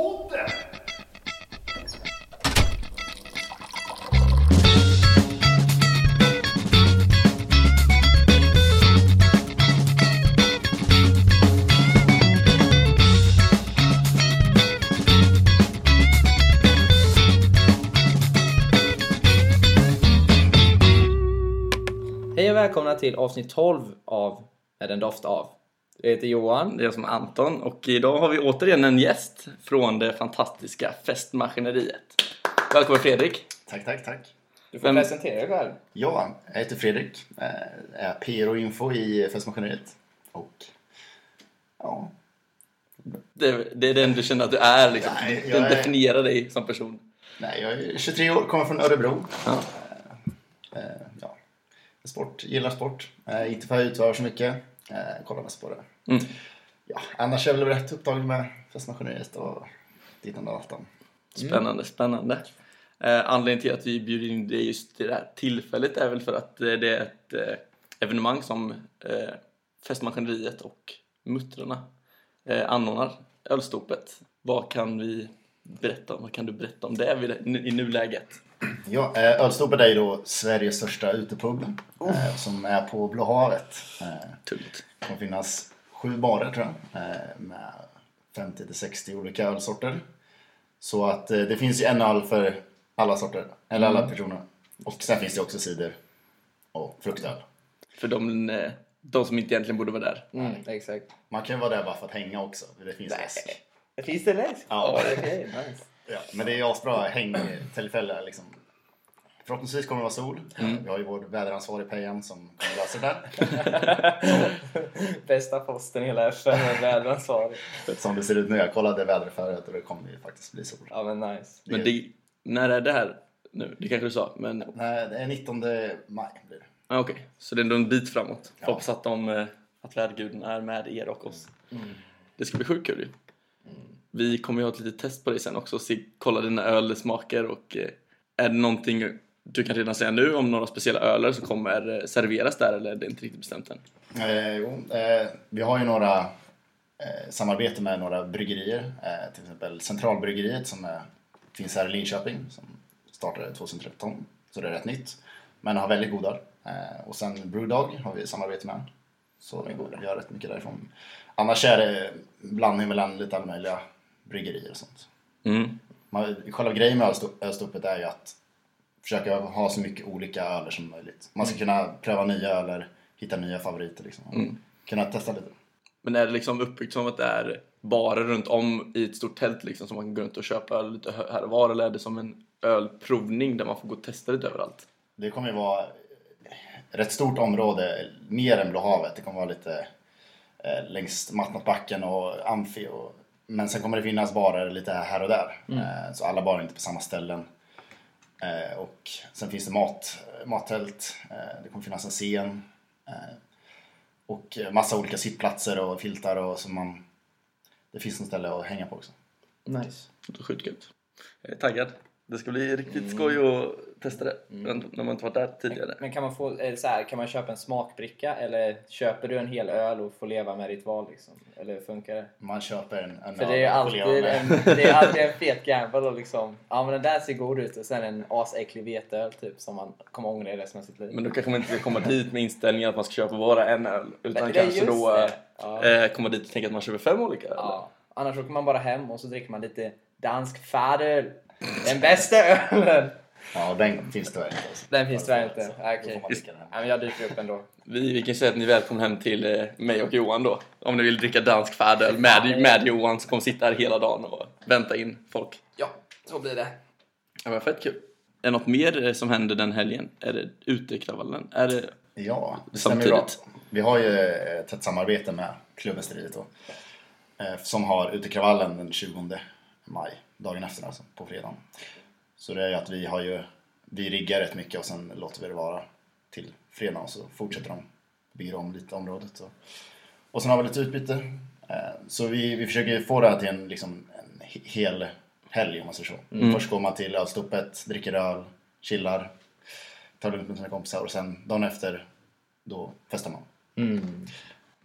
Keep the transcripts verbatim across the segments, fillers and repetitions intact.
Festpodden! Hej och välkomna till avsnitt tolv av Med en doft av. Jag heter Johan. Det är jag som är Anton. Och idag har vi återigen en gäst från det fantastiska festmaskineriet. Välkommen Fredrik. Tack, tack, tack. Du får Vem... presentera dig själv. Ja, jag heter Fredrik. Jag är P R och info i festmaskineriet. Och ja. Det, det är den du känner att du är liksom. Nej, jag Den är... definierar dig som person. Nej, jag är tjugotre år, kommer från Örebro. Ja. Uh, ja. Sport, gillar sport. Uh, inte för att utöva så mycket. Uh, kollar mest på det. Mm. Ja, annars är jag väl rätt upptagen med festmaskineriet och dittan och datan. Spännande, spännande. Eh, anledningen till att vi bjuder in dig just i det här tillfället är väl för att eh, det är ett eh, evenemang som eh, festmaskineriet och muttrarna eh, anordnar. Ölstopet. Vad kan vi berätta om? Vad kan du berätta om det i nuläget? Ja, uh, Ölstopet är ju då Sveriges största utepub. Uh, som är på Blå havet. Uh, Tungt. Det kommer finnas sju barer tror jag, med femtio till sextio olika ölsorter. Så att det finns ju en öl för alla sorter, eller alla personer. Och sen finns det också cider och fruktöl. För de, de som inte egentligen borde vara där. Mm, exakt. Man kan ju vara där bara för att hänga också, för det finns Nej. läsk. Finns det läsk? Ja. Okej, okay, nice. Ja, men det är ju asbra hängtillfälle liksom. Förhoppningsvis kommer det vara sol. Mm. Vi har ju vår väderansvarig P M som kommer lösa det där. Bästa posten i hela F N med väderansvarig. Som det ser ut nu, jag kollade vädret förut och det kommer ju faktiskt bli sol. Ja men nice. Det men det, när är det här nu? Det kanske du sa, men... Nej, det är nittonde maj blir det. Ah, Okej, okay. Så det är ändå en bit framåt. Ja. Hoppas att, de, att värdguden är med er och oss. Mm. Det ska bli sjukt kul ju. Mm. Vi kommer ju ha ett litet test på dig sen också. Se, kolla dina ölsmaker och eh, är det någonting du kan redan säga nu om några speciella öler som kommer serveras där, eller är det inte riktigt bestämt än? Eh, jo, eh, vi har ju några eh, samarbete med några bryggerier. Eh, till exempel Centralbryggeriet som är, finns här i Linköping som startade tjugohundratretton. Så det är rätt nytt. Men har väldigt goda. Eh, och sen Brewdog har vi samarbete med. Så vi har rätt mycket därifrån. Annars är det blandning mellan lite alla möjliga bryggerier och sånt. Mm. Man, själva grejen med ölstoppet är ju att försöka ha så mycket olika öler som möjligt. Man ska kunna pröva nya öler, hitta nya favoriter liksom. Mm. Kunna testa lite. Men är det liksom uppbyggt som att det är barer runt om i ett stort tält liksom, som man kan gå runt och köpa öl lite här och var, eller är det som en ölprovning där man får gå och testa lite överallt? Det kommer ju vara rätt stort område, mer än Blå havet. Det kommer vara lite eh, längs Mattnattbacken och Amfi. Och, men sen kommer det finnas barer lite här och där. Mm. Eh, så alla barer är inte på samma ställen. Eh, och sen finns det mat, mattält. Eh, det kommer finnas en scen. Eh, och massa olika sittplatser och filtar. Och så man, det finns en ställe att hänga på också. Nice. Det är sjukt gött. Jag är taggad. Det ska bli riktigt mm. skoj att testa det. Mm. När man inte varit där tidigare. Men, men kan man få, är det så här, kan man köpa en smakbricka? Eller köper du en hel öl och får leva med ditt val liksom? Eller funkar det? Man köper en, en För det är alltid en, det är alltid en fet gamble och liksom, ja men den där ser god ut och sen en asäcklig veteöl typ som man kommer ångra i resten av sitt liv. Men då kanske man inte ska komma dit med inställningen att man ska köpa bara en öl. Utan men, kanske då ja. eh, komma dit och tänka att man köper fem olika öl. Ja. Annars åker man bara hem och så dricker man lite dansk fadöl. Den bästa ölen. Ja, den finns tyvärr inte. Alltså. Den finns tyvärr inte. Okej. Okay. Ja, men jag dyker upp ändå. Vi, vi kan säga att ni är välkomna hem till eh, mig och Johan då. Om ni vill dricka dansk fadöl med, med Johan så kommer sitta här hela dagen och vänta in folk. Ja, så blir det. Ja, men fett kul. Är det något mer som händer den helgen? Är det utekravallen? Är det ja, det samtidigt? Vi har ju ett tätt samarbete med Klubbesteriet då. Som har utekravallen den tjugonde maj. Dagen efter alltså, på fredagen. Så det är ju att vi har ju, vi riggar rätt mycket och sen låter vi det vara till fredagen. Så fortsätter de bygga om lite området. Och, och sen har vi lite utbyte. Så vi, vi försöker få det här till en, liksom, en hel helg om man säger så. Mm. Först går man till ölstoppet, dricker öl, chillar, tar det lugnt med sina kompisar och sen dagen efter då festar man. Mm.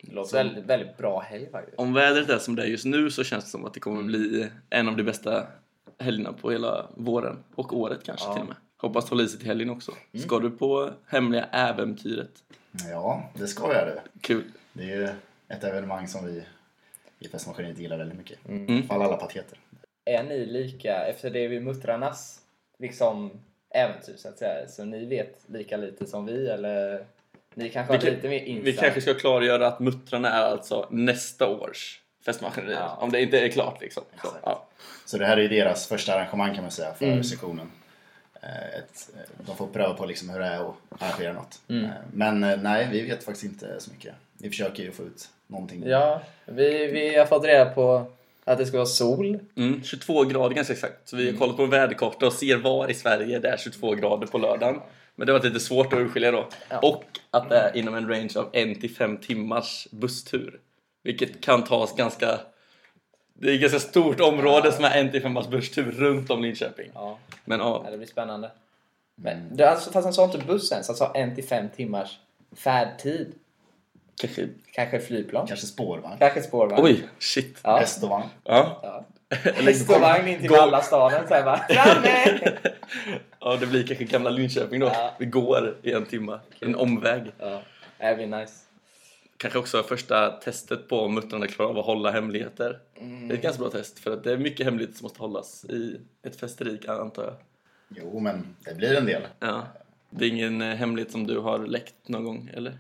Det låter väldigt, väldigt bra helg faktiskt. Om vädret är som det är just nu så känns det som att det kommer Mm. bli en av de bästa helgerna på hela våren. Och året kanske Ja. till och med. Hoppas hålla i sig till helgen också. Ska du på hemliga äventyret? Ja, det ska jag det. Kul. Det är ju ett evenemang som vi i Festmaskineriet gillar väldigt mycket. Mm. För alla pateter. Är ni lika, efter det är vi muttrarnas liksom äventyr så att säga, så ni vet lika lite som vi, eller ni kanske har Vi kan- lite mer insight? Vi kanske ska klargöra att muttrarna är alltså nästa års festmaskineriet. Ja. Om det inte är klart liksom. Så, Exakt. ja. Så det här är ju deras första arrangemang kan man säga för Mm. sektionen. Eh, Ett, de får pröva på liksom hur det är att arrangera något. Mm. Eh, Men eh, nej, vi vet faktiskt inte så mycket. Vi försöker ju få ut någonting. Ja, vi, vi har fått reda på att det ska vara sol. Mm, tjugotvå grader ganska exakt. Så vi har kollat på väderkarta och ser var i Sverige det är tjugotvå grader på lördagen. Men det var lite svårt att urskilja då. Ja. Och att det är inom en range av en till fem timmars busstur. Vilket kan tas ganska... Det är ett ganska stort område som är en till fem timmars busstur runt om Linköping. Ja, Men ja, det blir spännande. Men, det, alltså, fast han sa inte bussen, så han sa en till fem timmars färdtid. kanske... Kanske flygplan. Kanske spårvagn, Kanske spårvagn. Oj, shit. Ja. häst och vagn. Ja. Ja. Eller Häst och vagn in till gå- alla staden. Så här bara, framme! Ja, det blir kanske gamla Linköping då. Ja. Vi går i en timme. En omväg. Ja, det blir nice. Kanske också första testet på om muttrarna klarar av att hålla hemligheter. Mm. Det är ett ganska bra test för att det är mycket hemligheter som måste hållas i ett festeri, antar jag. Jo, men det blir en del. Ja. Det är ingen eh, hemlighet som du har läckt någon gång, eller?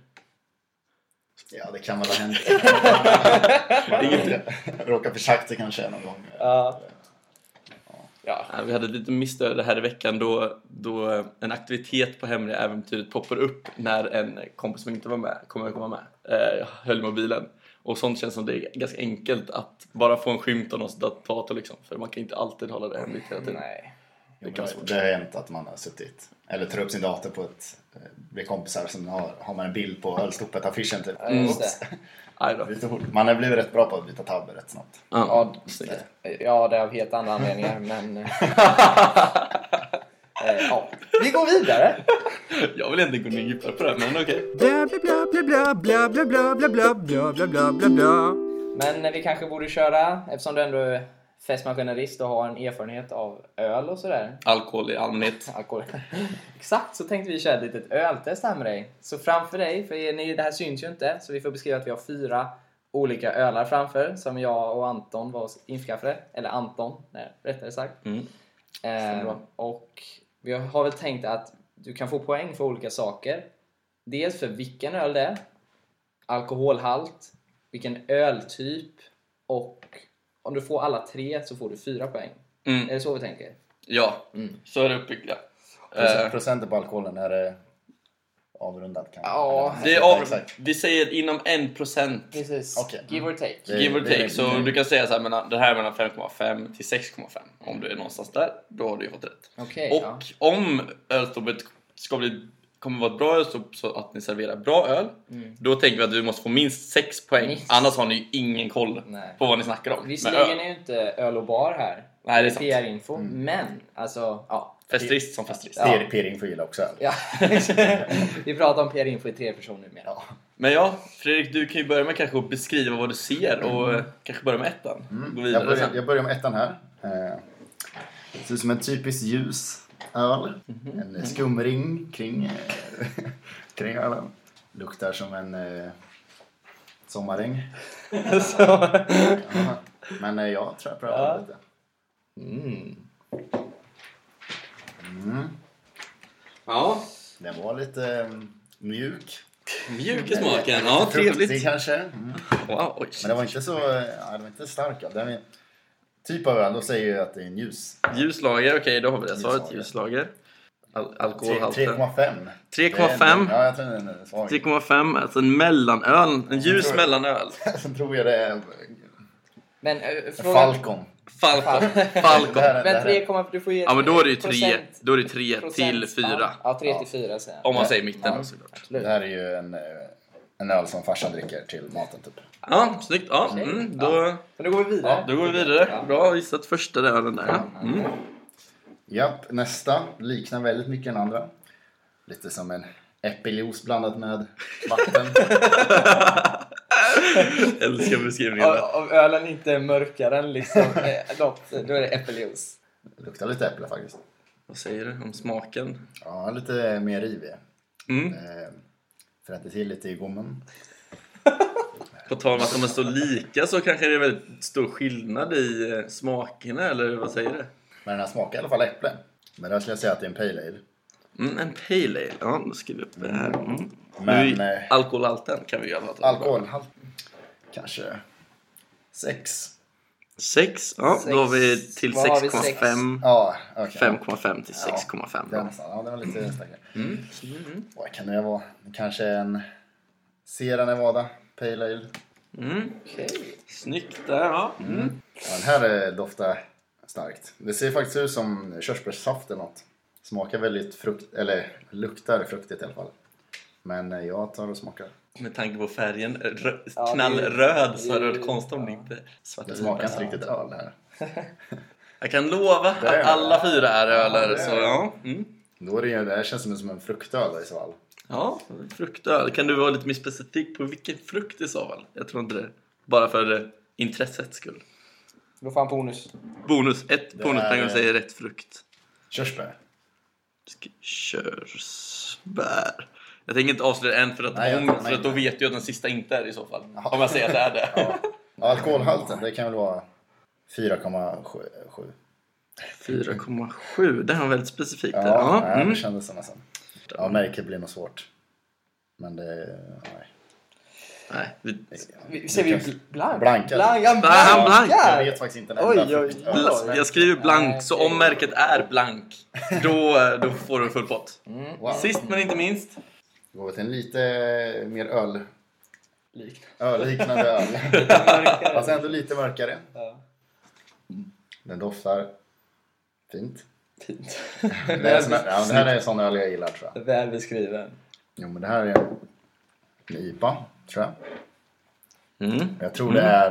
Ja, det kan väl ha hänt. Inget. Råkar för sakta kanske någon gång. Ja. Ja. Ja, vi hade ett litet misstöd här i veckan då, då en aktivitet på hemliga äventyret poppar upp när en kompis som inte var med kommer att komma med. Eh, höll mobilen. Och sånt känns som det är ganska enkelt att bara få en skymt av någons dator liksom. För man kan inte alltid hålla det hemligt hela tiden. Nej. Jo, kan det, vara det har hänt att man har suttit eller tar upp sin dator på ett eh, blir kompisar som har, har man en bild på ölstoppet affischen typ. Ja, just det. Aj då. Lite fort. Man har blivit rätt bra på att byta tabber rätt snabbt. Ja, Ja, snyggt. ja, det är av helt andra anledningar, men... eh, ja. Vi går vidare. Jag vill inte gå ner djupare på det, men okej. Bla bla bla bla bla bla bla bla bla bla bla bla bla. Men eh, vi kanske borde köra, eftersom du ändå är festmaskinerist och har en erfarenhet av öl och sådär. Alkohol i allmänhet. Alkohol. Exakt, så tänkte vi köra ett litet öltest här med dig. Så framför dig, för er, ni, det här syns ju inte, så vi får beskriva att vi har fyra olika ölar framför som jag och Anton var införskaffade. Eller Anton, nej, rättare sagt. Mm. Eh, och vi har väl tänkt att du kan få poäng för olika saker. Dels för vilken öl det är, alkoholhalt, vilken öltyp, och om du får alla tre så får du fyra poäng. Mm. Är det så vi tänker? Ja, Mm. så är det uppbyggt. Ja. Procent, Eh, procenten på alkoholen är det avrundat kan Ja, det är av, Exakt. vi säger inom en procent. Precis. Okej. Give or take. Det- Give or det- take, så det- du kan säga så här, mellan, det här är mellan fem komma fem till sex komma fem. Om du är någonstans där, då har du ju fått rätt. Okej, Och ja. om ölstoppet ska bli, kommer vara ett bra ölstopp så att ni serverar bra öl, då tänker vi att du måste få minst sex poäng. Minst. Annars har ni ju ingen koll Nej. på vad ni snackar om. med Visserligen öl. är ju inte öl och bar här. Nej, det är sant. P R-info. Men, alltså, ja. Festrist som festrist. Ja. P- P-ring får gilla också öl. ja. Vi pratar om P R-info i tre personer mer. Ja. Men ja, Fredrik, du kan ju börja med kanske att beskriva vad du ser och eh, kanske börja med ettan. Gå vidare Jag börjar, sen. jag börjar med ettan här. Eh, Det ser ut som en typisk ljus öl. En skumring kring, eh, kring ölen. Luktar som en eh, sommarregn. Så. Ja. Men eh, jag tror jag prövar Ja. lite. Mm. Mm. Ja, Den var lite eh, mjuk. mjuk i smaken. Ja, Fruktig trevligt. kanske. Mm. Wow, oj. Men det var inte så, ja, det var inte stark öl. Det är en typ av öl, då säger jag att det är en ljus. Ljuslager, okej, då har vi det svaret. Ljuslager. Ljuslager. Al- tre alkoholhalten. komma fem. tre komma fem. Ja, jag tror den är svag. tre komma fem, alltså en mellanöl. En ljus tror- mellanöl. Sen tror jag det är Men, äh, en frågan... Falcon. Falcon. Det Falcon. här är- det Men här tre är- komma, du får ge Ja, men då är det ju tre, procent- då är det tre till procent- fyra. Ja, tre till fyra säger jag. Om man säger mitten. Ja. Såklart. Det här är ju en, eh, en öl som farsan dricker till maten typ. Ja, snyggt. Ja, mm, då, Men då går vi vidare. då går vi vidare. Bra gissat första där ölen där. Mm. Japp, nästa liknar väldigt mycket den andra. Lite som en äppeljuice blandat med vatten. Älskar beskrivningen. Om ölen inte är mörkare än liksom, eh, något, då är det äppeljuice. Det luktar lite äpple faktiskt. Vad säger du om smaken? Ja, lite mer rivig. Mm. Eh, Frätte till lite i gommen. På tal om att de är så lika så kanske det är väldigt stor skillnad i eh, smakerna, eller vad säger du? Men den här smakar i alla fall äpple. Men där skulle jag säga att det är en pale ale. Mm, en pale ale. Ja, då skriver vi upp det här. Mm. Men, Nu, eh, alkoholhalten kan vi göra. Alkoholhalt. Kanske sex. sex. Ja, Sex. då har vi till Vad har vi, sex komma fem. Ja, okej. fem komma fem till sex komma fem. Ja, det var nästan. Ja, det var lite starkare. Mm. Mm. Vad kan det vara? Kanske en Sierra Nevada Pale Ale. Mm. Okej. Snyggt där, ja. Mm. Ja, den här eh, doftar starkt. Det ser faktiskt ut som körsbärssaft eller något. Smakar väldigt frukt, eller luktar fruktigt i alla fall. Men eh, jag tar och smakar. Med tanke på färgen, rö- Ja, det är- knallröd, så hade det det är- varit konstigt om det inte svarta. Det smakar inte riktigt öl här. Jag kan lova Det är att alla fyra är Ja, öler, det är så det. ja. Mm. Då är det, ju- det här känns som, som en fruktöl i så fall. Ja, fruktöl. Kan du vara lite mer specifik på vilken frukt i så fall? Jag tror inte det. Bara för eh, intressets skull. Då får han bonus. Bonus. Ett Det bonuspoäng om är- du säger rätt frukt. Körsbär. Sk- Körsbär. Jag tänker inte avslöja en för att, Nej, jag- om, nej, för att då nej. vet jag att den sista inte är det i så fall. Ja. Om jag säger att det är det. Ja. Alkoholhalten, det kan väl vara fyra komma sju. fyra komma sju. Det var väldigt specifikt. Ja, där. Ja, nej, mm. det kändes som nästan. Ja, märket blir nog svårt. Men det... Nej. Nej, vi... Vi, ser vi bl- blank? Blanka. Blank, ja, han blank. Jag vet faktiskt inte en enda Oj, oj, fruktöl. oj. Bla- jag skriver blank, så om märket är blank, då, då får du en full pott. Wow. Sist men inte minst. Går till en lite mer öl. Lik. Ölliknande öl. Mörkare. Fast ändå lite mörkare. Ja. Den doftar fint. Fint. Det, är sån här, ja, det här är sån öl jag gillar, tror jag. Väl beskriven. Jo, men det här är en I P A, tror jag. Mm. Jag tror det är...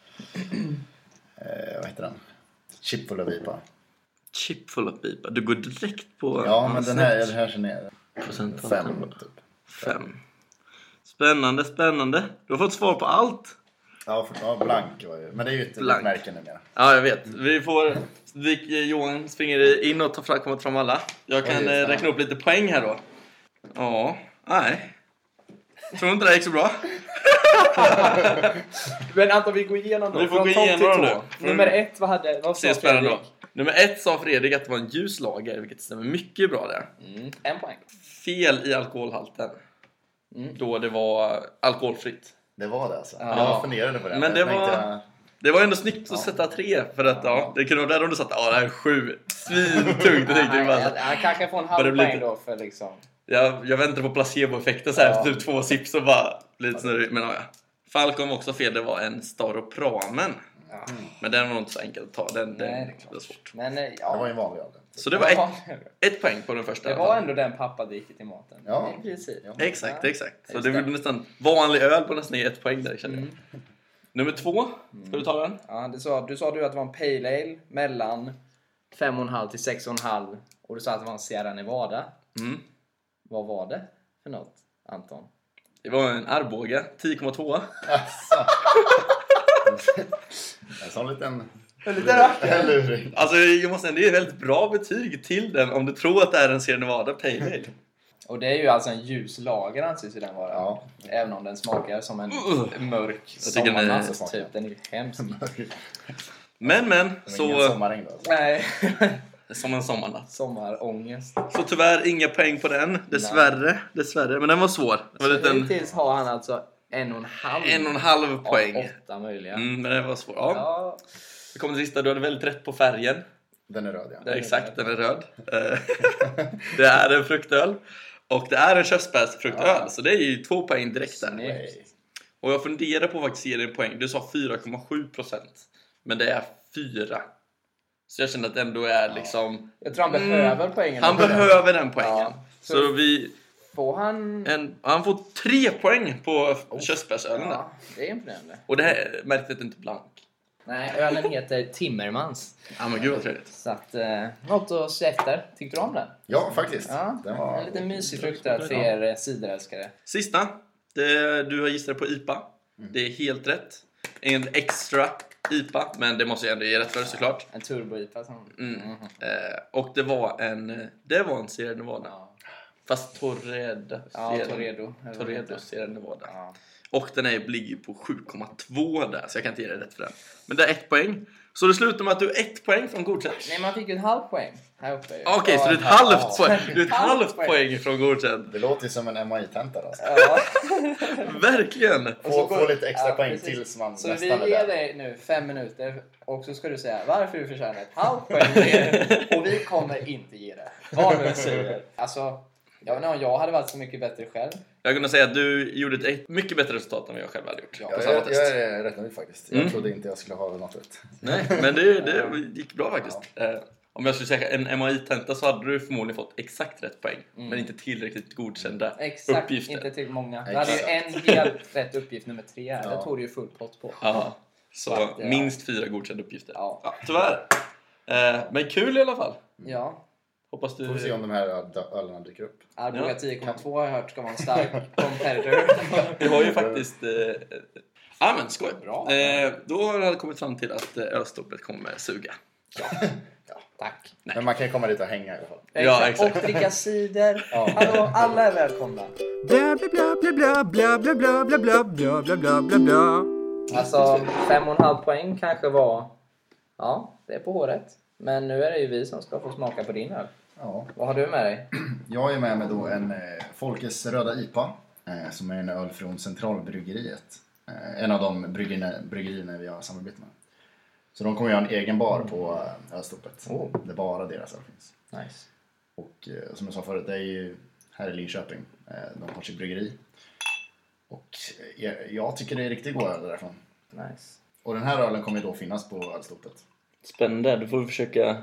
Eh, vad heter den? Chipful of I P A. Chip full of pipa. Du går direkt på... Ja, men den här, den här känner jag. Procenttal. Fem, typ. Fem. Spännande, spännande. Du har fått svar på allt. Ja, för, ja blank var ju. Men det är ju inte Blank. ett märke numera. Ja, jag vet. Vi får... Vi, Johan springer in och tar fram, kommer fram alla. Jag kan Oj, eh, fan. räkna upp lite poäng här då. Ja, nej. Tror inte det gick så bra. Men Anton, vi går igenom då. Vi får Från gå topp igenom till dem tå. nu. Nummer ett, vad hade... Vad sa Se spännande då. Fredrik? Nummer ett sa Fredrik att det var en ljus lager, vilket stämmer mycket bra där. Mm, en poäng. Fel i alkoholhalten. Mm. Då det var alkoholfritt. Det var det alltså. Ja. Jag funderade på det. Men det Jag tänkte, var- Det var ändå snyggt att sätta tre. För att ja, det kunde vara där om du satt, ja det här är sju. Svintungt. Jag tänkte Nej, bara, jag, jag kanske får en Bara det halv blir poäng lite- då för liksom... jag, jag väntade på placeboeffekten så här, Ja. efter typ två sips och bara lite snurrig. Men ja, ja. Falcon var också fel, det var en Staropramen. Ja. Men den var inte så enkel att ta, den, den Nej, det är klart. var svårt. Men eh, det var ja, ju en vanlig öl. Så det var ett, Ja, ett poäng på den första. det var ändå den pappa dricker till maten. Ja. I princip. Ja. Exakt, Ja. exakt. Så Just det det. blev nästan vanlig öl på nästan ett poäng där, kände jag. Mm. Nummer två, ska du ta den? Ja, det sa, du sa du att det var en pale ale mellan fem komma fem till sex komma fem. Och du sa att det var en Sierra Nevada. Mm. Vad var det för något, Anton? Det var en Arboga, tio komma två. Alltså. En sån liten... En liten rackare. luring. Alltså jag måste säga, det är ett väldigt bra betyg till den om du tror att det är en Sierra Nevada Pale Ale. Och det är ju alltså en ljus lager anses ju den vara. Ja. Även om den smakar som en Uh. mörk Jag tycker den är- sommarnatt typ. Den är ju hemsk. Men men, Det var ingen så sommarregn då. Alltså. Nej, som en sommarnatt. sommarångest. Så tyvärr inga poäng på den, dessvärre. Dessvärre, men den var svår. Det var en liten Hittills har han alltså en och en halv. en och en halv poäng. Av åtta möjliga. Mm, men den var svår. Ja. Ja, Vi kommer till sista, du hade väldigt rätt på färgen. Den är röd, ja. Ja, exakt, den är röd. Eh, det är en fruktöl. Och det är en körsbärsfruktöl. Ja. Så det är ju två poäng direkt där. Snyggt. Nej. Och jag funderar på att faktiskt ge dig en poäng. Du sa fyra komma sju procent. Men det är fyra. Så jag känner att det ändå är liksom... Jag tror han Mm. behöver poängen. Han behöver den poängen. Ja. Så, Så- vi... Får han... En, han får tre poäng på körsbärsölen där. Ja, det är imponerande. Och det här märktes inte blank. Nej, ölen heter Timmermans. Ja men gud vad trevligt. Så att, eh, något att se efter. Tyckte du om den? Ja, faktiskt. Ja, Den var... en liten mysig frukt där för er eh, ciderälskare. Sista. Det, du har gissat på I P A. Det är helt rätt. En extra I P A, men det måste jag ändå ge rätt för såklart. En turbo-I P A. Som... Mm. Mm. Eh, och det var en det var en Sierra Nevada. Ja. Fast Torredo. Ja, Torredo. Torredo Sierra Nevada. Ja. Och den är, ligger på sju komma två där, så jag kan inte ge dig rätt för den. Men det är ett poäng. Så det slutar med att du är ett poäng från godkänd. Nej, man fick ju ett halvt poäng här uppe. Okej, okay, så det är ett halvt poäng. Du är ett halvt poäng från godkänd. Det låter ju som en M A I-tenta då. Ja. Verkligen. Få, få lite extra ja, poäng precis. tills man så nästan vi ger dig nu fem minuter och så ska du säga varför du förtjänar ett halvt poäng mer. Och vi kommer inte ge det. Vad du säger. Alltså, jag vet inte om jag hade varit så mycket bättre själv. Jag kunde säga att du gjorde ett mycket bättre resultat än vad jag själv hade gjort. Ja, på jag, samma jag, test. jag är rätt nöjd faktiskt. Jag Mm. trodde inte jag skulle ha något rätt. Nej, men det, det gick bra faktiskt. Eh, om jag skulle säga en M A I-tenta så hade du förmodligen fått exakt rätt poäng. Mm. Men inte tillräckligt godkända Exakt, uppgifter. inte till många. Exakt. Det hade ju en helt rätt uppgift nummer tre här. Ja. Jag tog det ju full pott på. Ja, så Så att, ja. minst fyra godkända uppgifter. Ja. Ja, tyvärr. Eh, men kul i alla fall. Ja. Hoppas du... Får vi se om de här ölen dyker upp. Arboga Ja. tio komma två har jag hört ska vara en stark competitor. Vi har ju faktiskt... Eh, ja, men skoj. Bra. Eh, då har jag kommit fram till att eh, ölstoppet kommer suga. Tack. Men man kan ju komma dit och hänga i alla fall. Ja, exakt. Och dricka cider. Ja. Hallå, alla är välkomna. Bla bla bla bla bla bla bla bla bla bla bla bla bla. Alltså, fem och en halv poäng kanske var... Ja, det är på håret. Men nu är det ju vi som ska få smaka på din öl. Ja. Vad har du med dig? Jag är med mig då en eh, Folkes röda I P A. Eh, som är en öl från Centralbryggeriet. Eh, en av de bryggerierna, bryggerierna vi har samarbetat med. Så de kommer göra en egen bar på eh, ölstoppet. Oh. Där bara deras öl finns. Nice. Och eh, som jag sa förut, det är ju här i Linköping. Eh, de har sitt bryggeri. Och eh, jag, jag tycker det är riktigt god öl därifrån. Nice. Och den här ölen kommer ju då finnas på ölstoppet. Spännande. Du får vi försöka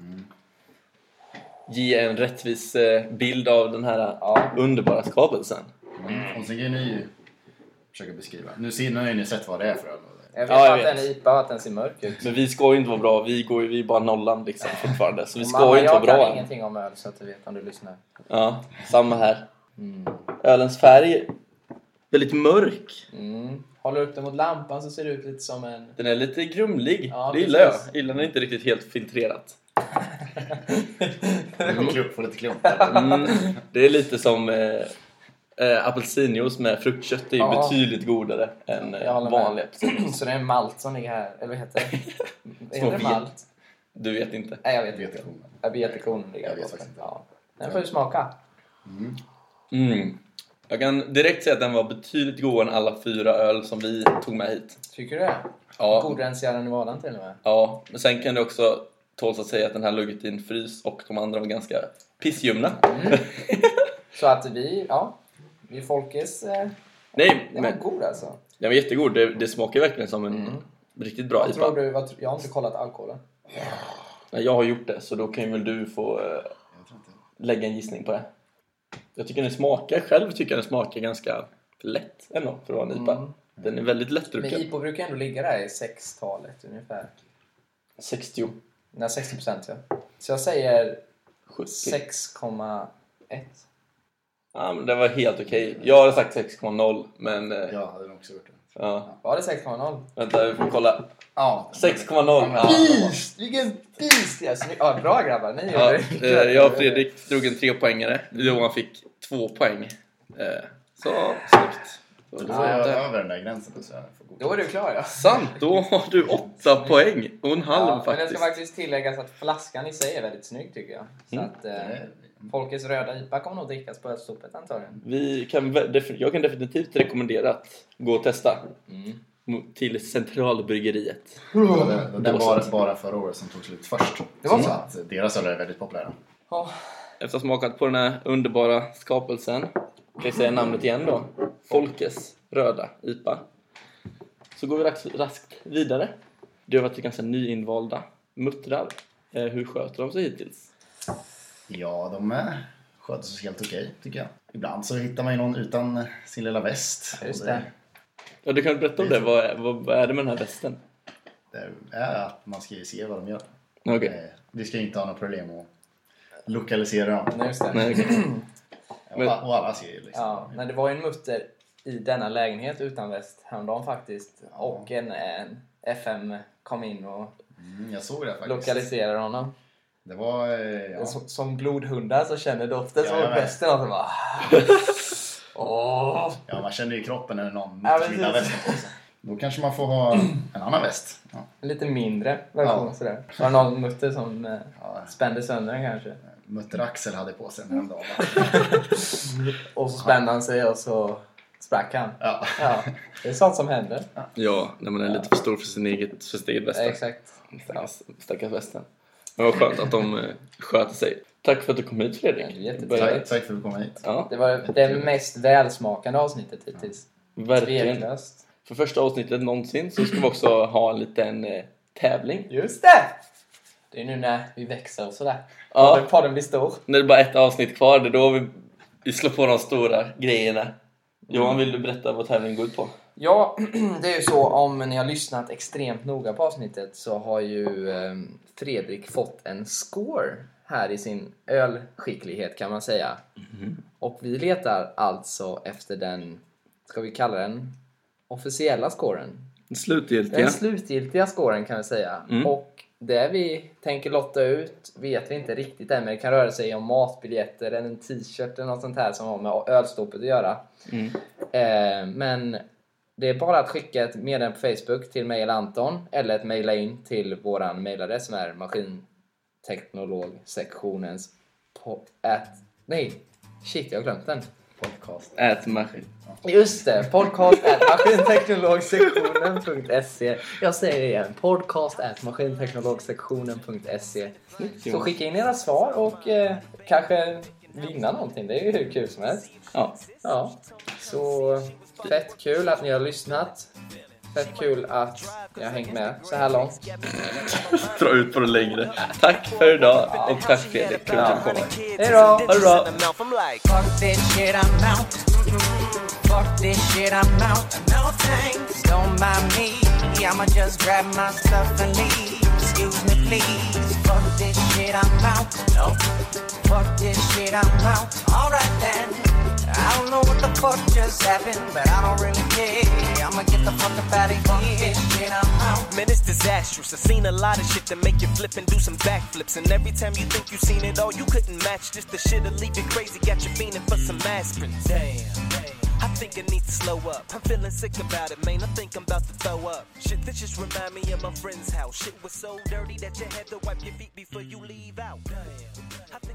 ge en rättvis eh, bild av den här Ja. underbara skapelsen. Mm. Och sen kan ni ju försöka beskriva. Nu ser nu har ni sett vad det är för öl. Jag vet Ja, jag att vet. den är I P A, att den ser mörk ut. Men vi ska ju inte vara bra. Vi går ju vi är bara nollan liksom fortfarande. Så vi Och ska mamma, ju inte vara jag kan bra. ingenting om öl så att du vet om du lyssnar. Ja, samma här. Mm. Ölens färg väldigt mörk. Mm. Håller upp den mot lampan så ser det ut lite som en... Den är lite grumlig. Ja, det gillar jag. precis. Gillar den inte riktigt helt filtrerat. Mm. Klump, får lite klump. Mm, det är lite som eh, eh, apelsinjuice med fruktkött. Det är ju Ja. betydligt godare än Jag eh, håller vanlig med. apelsinjuice. Så det är en malt som ligger här. Eller vad heter det? Små Heter det vet. malt? Du vet inte. Nej, jag vet inte. Vetekorn. Jag vet ikon ligger Jag på vet botten. faktiskt inte. Ja. Den får du smaka. Mm. Jag kan direkt säga att den var betydligt godare än alla fyra öl som vi tog med hit. Tycker du det? Ja. Godare än Sierra Nevada till och med. Ja, men sen kan det också tåls att säga att den här lugget i en frys och de andra var ganska pissljumna. Mm. Så att vi, ja, vi Folkes, eh, Nej, den var men god alltså. den var jättegod. Det, det smakar verkligen som en Mm. riktigt bra Vad I P A. tror du, vad, tr- jag har inte kollat alkoholen. Nej, jag har gjort det, så då kan väl du få eh, Jag tror inte. lägga en gissning på det. Jag tycker den smakar, själv tycker jag den smakar ganska lätt ändå för att vara en I P A. Mm. Den är väldigt Men lättdrucken. I P A brukar ändå ligga där i sex-talet ungefär. sextio, Nej, sextio procent ja. Så jag säger sjuttio. sex komma ett. Ja, men det var helt okej. Jag hade sagt sex komma noll, men eh, Jag hade nog också gjort det. ja. Var det sex komma noll? Vänta, vi får kolla. Ja. sex komma noll. Ja. Beast! Vilken beast! Ja, snyggt. Ja, bra grabbar, ni Ja, gjorde det. eh, jag och Fredrik drog en trepoängare. Johan fick två poäng. Eh, Så, snyggt. Så, Då då- är jag över den där gränsen. Så jag får gå. Då är du klar ja. Sant, då har du åtta poäng. Och en halv Ja, men det ska faktiskt. faktiskt tilläggas att flaskan i sig är väldigt snygg tycker jag. Så Mm. att eh, Nej. Folkets röda I P A kommer nog drickas på ölstoppet antagligen. Vi kan, vä- def- jag kan definitivt rekommendera att gå och testa Mm. mo- till Centralbryggeriet. Det var det- det Det var var sant. bara förra året som tog slut först. Det var så så? att deras öl är väldigt populära. Ja. Efter att ha smakat på den här underbara skapelsen, kan jag säga namnet igen då. Folkes röda I P A. Så går vi raskt, raskt vidare. Det har varit ganska nyinvalda muttrar. Eh, hur sköter de sig hittills? Ja, de eh, sköter sig helt okej tycker jag. Ibland så hittar man ju någon utan sin lilla väst. Just Och det. Ja, du kan berätta om det. Vad är, vad, vad är det med den här västen? Det är att man ska ju se vad de gör. Okej. Eh, Vi ska inte ha några problem att lokalisera dem. Nej, just det. Nej, okej. Och, och alla ser ju liksom. Ja, men det var ju en mutter i denna lägenhet utan väst häromdagen faktiskt. Och en, en F M kom in och Mm, jag såg det faktiskt. lokaliserade honom. Det var... eh, Ja. Som, som blodhundar så känner doften Ja, som jag vet. västen och så bara... Åh! ja, man känner ju i kroppen när någon Ja, måste gilla precis. västen på sig. Då kanske man får ha en annan väst. Ja. En lite mindre version Ja. sådär. Var det någon mutter som eh, Ja. spände sönder den kanske? Mutter Axel hade på sig den här dagen. Och så spände han sig och så sprack han. Ja. Ja, det är sånt som händer. Ja, när man är lite för stor för sin eget, för sitt eget bästa. Exakt. Stackars, stackars västen. Men vad skönt att de eh, sköter sig. Tack för att du kom hit, Fredrik. Ja, jättetrevligt. Tack, tack för att du kom hit. Ja, Det var det mest välsmakande avsnittet hittills. verkligen. Tveklöst. För första avsnittet någonsin så ska vi också ha en liten eh, tävling. Just det! Det är nu när vi växer och sådär. Ja. Podden, podden blir stor. När det bara är ett avsnitt kvar, det är då vi, vi slår på de stora grejerna. Johan, vill du berätta vad tävlingen går ut på? Ja, det är ju så om ni har lyssnat extremt noga på avsnittet så har ju eh, Fredrik fått en score här i sin ölskicklighet kan man säga. Mm. Och vi letar alltså efter den, ska vi kalla den, officiella scoren. Slutgiltiga. Den slutgiltiga scoren kan vi säga. Mm. Och det vi tänker lotta ut vet vi inte riktigt än, men det kan röra sig om matbiljetter eller en t-shirt eller något sånt här som har med ölstopet att göra. Mm. Eh, men det är bara att skicka ett meddelande på Facebook till mig eller Anton eller ett mejla in till våran mejladress som är maskinteknologsektionens po- at, nej, shit jag har glömt den. Podcast. Ät maskin. Just det, podcast at maskinteknologsektionen punkt se. Jag säger det igen, podcast at maskinteknologsektionen punkt se. Så skicka in era svar och eh, kanske vinna någonting, det är ju hur kul som helst. Ja. Ja, så fett kul att ni har lyssnat. Fett kul att ni har hängt med så här långt. Dra ut på det längre. Tack för idag och tack Fredrik. Kul att du kom. Hej då! Ha det bra! Fuck this shit, I'm out. Fuck this shit, I'm out. No thanks, don't mind me. I'ma just grab my stuff and leave. Excuse me, please. Fuck this shit, I'm out. No. Fuck this shit, I'm out. Alright then. I don't know what the fuck just happened, but I don't really care. I'ma get the fuck up out of here. Fuck this shit, I'm out. Man, it's disastrous. I've seen a lot of shit that make you flip and do some backflips. And every time you think you seen it all, you couldn't match. Just the shit'll leave you crazy, got you fiending for some aspirin. Damn. I think I need to slow up. I'm feeling sick about it, man. I think I'm about to throw up. Shit, this just remind me of my friend's house. Shit was so dirty that you had to wipe your feet before you leave out. Damn. I think